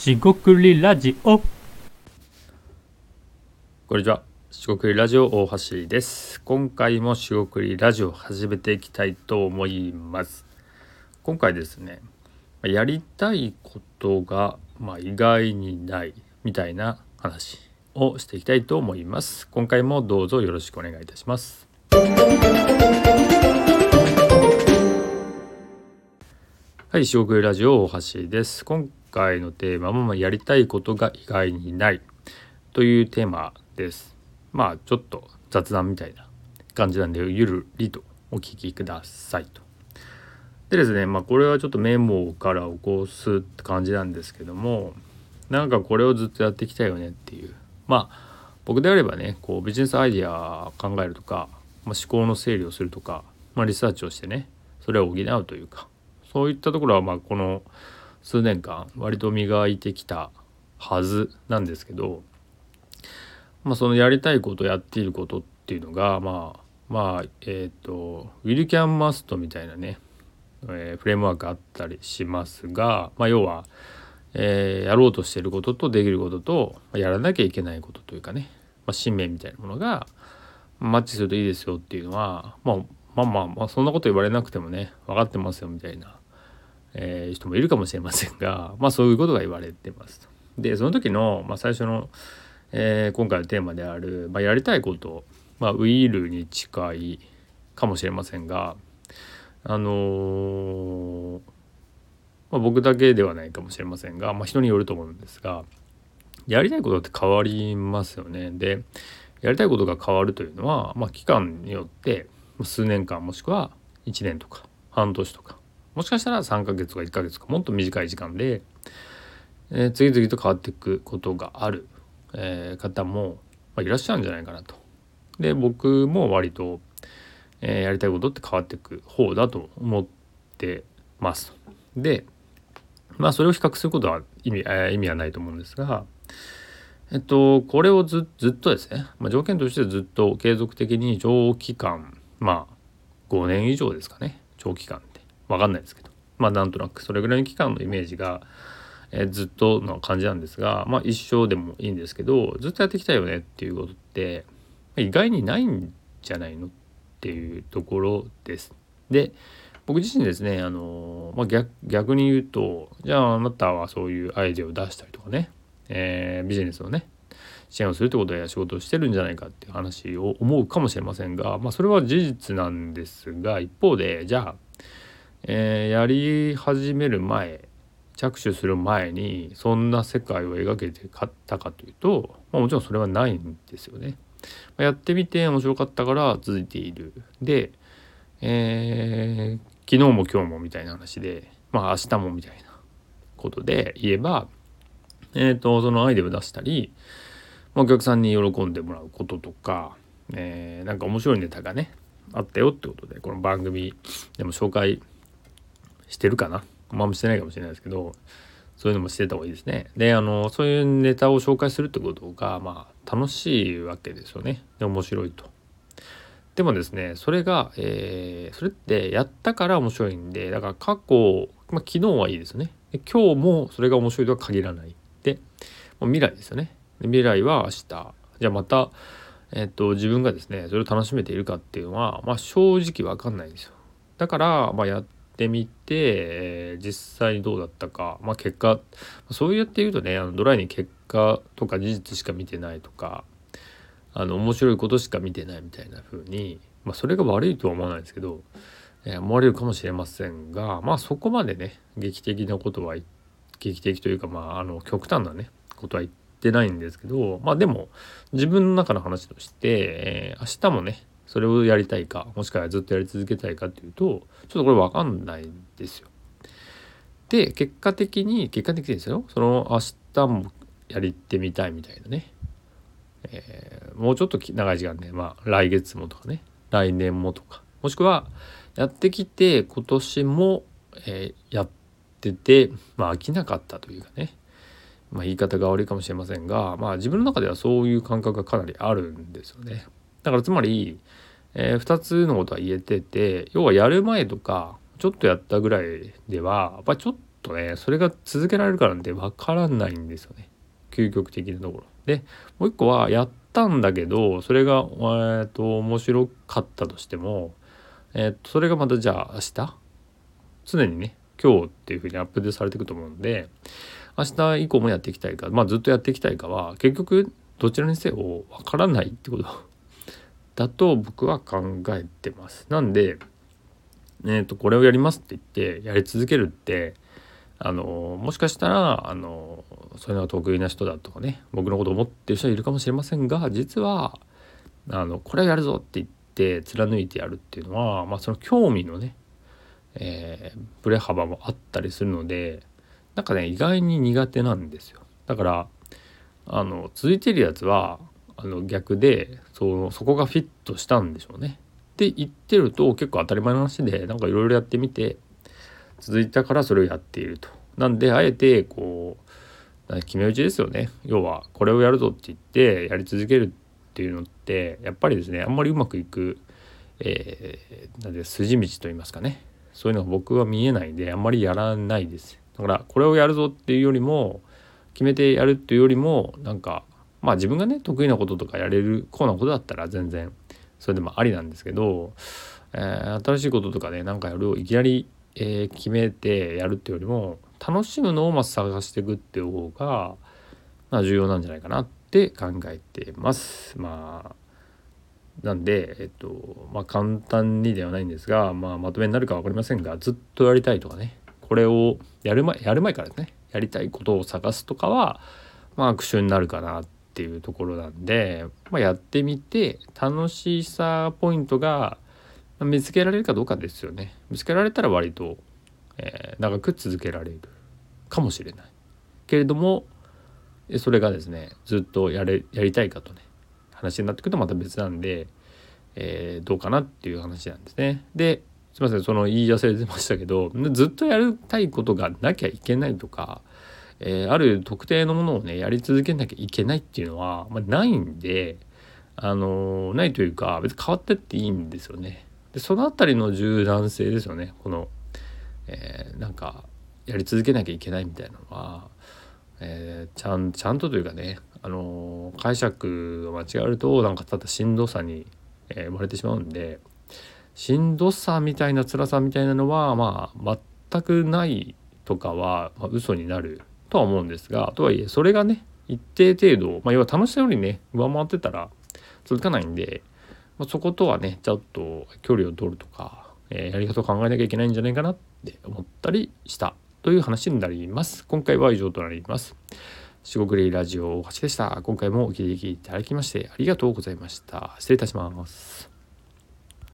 しごくりラジオ。 こんにちは。しごくりラジオ大橋です。今回もしごくりラジオを始めていきたいと思います。今回ですね、やりたいことが意外にないみたいな話をしていきたいと思います。今回もどうぞよろしくお願いいたします。はい、しごくりラジオ大橋です。今回のテーマもやりたいことが意外にないというテーマです。ちょっと雑談みたいな感じなんでゆるりとお聞きくださいと。でですね、これはちょっとメモから起こすって感じなんですけども、なんかこれをずっとやっていきたいよねっていう、僕であればね、こうビジネスアイデア考えるとか、思考の整理をするとか、リサーチをしてね、それを補うというか、そういったところはこの数年間割と磨いてきたはずなんですけど、そのやりたいことやっていることっていうのがウィル・キャン・マストみたいなね、フレームワークあったりしますが、要は、やろうとしていることとできることとやらなきゃいけないことというかね、使命みたいなものがマッチするといいですよっていうのはそんなこと言われなくてもね分かってますよみたいな、人もいるかもしれませんが、そういうことが言われてますと。でその時の、最初の今回のテーマである、やりたいこと、ウィルに近いかもしれませんが、僕だけではないかもしれませんが、人によると思うんですが、やりたいことって変わりますよね。でやりたいことが変わるというのは、期間によって数年間もしくは1年とか半年とか、もしかしたら3ヶ月とか1ヶ月とかもっと短い時間で、次々と変わっていくことがある、方も、いらっしゃるんじゃないかなと。で僕も割と、やりたいことって変わっていく方だと思ってます。でそれを比較することは意味はないと思うんですが、これをずっとですね、条件としてずっと継続的に長期間、5年以上ですかね、長期間って分かんないですけど、なんとなくそれぐらいの期間のイメージが、ずっとの感じなんですが、一生でもいいんですけど、ずっとやっていきたいよねっていうことって意外にないんじゃないのっていうところです。で僕自身ですね、逆に言うと、じゃああなたはそういうアイデアを出したりとかね、ビジネスをね支援をするってことや仕事をしてるんじゃないかっていう話を思うかもしれませんが、それは事実なんですが、一方でじゃあ、やり始める前、着手する前にそんな世界を描けてたかというと、もちろんそれはないんですよね。やってみて面白かったから続いている。で、昨日も今日もみたいな話で、明日もみたいなことで言えば、そのアイデアを出したり、お客さんに喜んでもらうこととか、なんか面白いネタがねあったよってことで、この番組でも紹介してるかな、してないかもしれないですけど、そういうのもしてた方がいいですね。でそういうネタを紹介するってことが楽しいわけですよね。で面白いと。でもですね、それが、それってやったから面白いんで、だから過去、昨日はいいですよね。で今日もそれが面白いとは限らない。で未来ですよね。で未来は明日。じゃあまた、自分がですねそれを楽しめているかっていうのは、正直わかんないんですよ。だから、やってみて、実際にどうだったか、結果、そうやって言うとね、ドライに結果とか事実しか見てないとか、面白いことしか見てないみたいな風に、それが悪いとは思わないですけど、思われるかもしれませんが、そこまでね劇的なことは劇的というか、極端なねことは言ってないんですけど、でも自分の中の話として、明日もねそれをやりたいか、もしくはずっとやり続けたいかっていうと、ちょっとこれ分かんないんですよ。で結果的にですよ、その明日もやってみたいみたいなね、もうちょっと長い時間で、来月もとかね、来年もとか、もしくはやってきて今年も、やってて、飽きなかったというかね、言い方が悪いかもしれませんが、自分の中ではそういう感覚がかなりあるんですよね。だからつまり、2つのことは言えてて、要はやる前とかちょっとやったぐらいではやっぱりちょっとねそれが続けられるかなんてわからないんですよね、究極的なところで。もう一個はやったんだけどそれが面白かったとしても、それがまたじゃあ明日常にね今日っていう風にアップデートされていくと思うんで、明日以降もやっていきたいか、ずっとやっていきたいかは結局どちらにせよわからないってことだと僕は考えてます。なんでこれをやりますって言ってやり続けるってもしかしたらそういうのが得意な人だとかね、僕のことを思ってる人はいるかもしれませんが、実はこれをやるぞって言って貫いてやるっていうのは、その興味のね、ブレ幅もあったりするので、なんかね意外に苦手なんですよ。だから続いてるやつは逆でそこがフィットしたんでしょうねって言ってると結構当たり前の話で、なんかいろいろやってみて続いたからそれをやっていると。なんであえてこう決め打ちですよね。要はこれをやるぞって言ってやり続けるっていうのってやっぱりですね、あんまりうまくいく、なんで筋道といいますかね、そういうのが僕は見えないんであんまりやらないです。だからこれをやるぞっていうよりも決めてやるっていうよりも、なんか自分がね得意なこととかやれるこうなことだったら全然それでもありなんですけど、新しいこととかねなんかやるをいきなり、決めてやるっていうよりも楽しむのを探していくっていう方が、重要なんじゃないかなって考えてます。なんで簡単にではないんですが、まとめになるか分かりませんが、ずっとやりたいとかね、これをやる前からですね、やりたいことを探すとかは悪手になるかなっていうところなんで、やってみて楽しさポイントが見つけられるかどうかですよね。見つけられたら割と、長く続けられるかもしれないけれども、それがですねずっとやりたいかとね話になってくるとまた別なんで、どうかなっていう話なんですね。ですいません、言い忘れてましたけど、ずっとやりたいことがなきゃいけないとか、ある特定のものをねやり続けなきゃいけないっていうのは、ないんで、ないというか別に変わってっていいんですよね。でそのあたりの柔軟性ですよね。なんかやり続けなきゃいけないみたいなのは、ちゃんとというかね、解釈が間違えるとなんかただしんどさに、生まれてしまうんで、しんどさみたいな辛さみたいなのは全くないとかは、嘘になるとは思うんですが、とはいえそれがね一定程度、要は楽しさよりね上回ってたら続かないんで、そことはねちょっと距離を取るとか、やり方を考えなきゃいけないんじゃないかなって思ったりしたという話になります。今回は以上となります。しごくりラジオ大橋でした。今回もお聞きいただきましてありがとうございました。失礼いたします。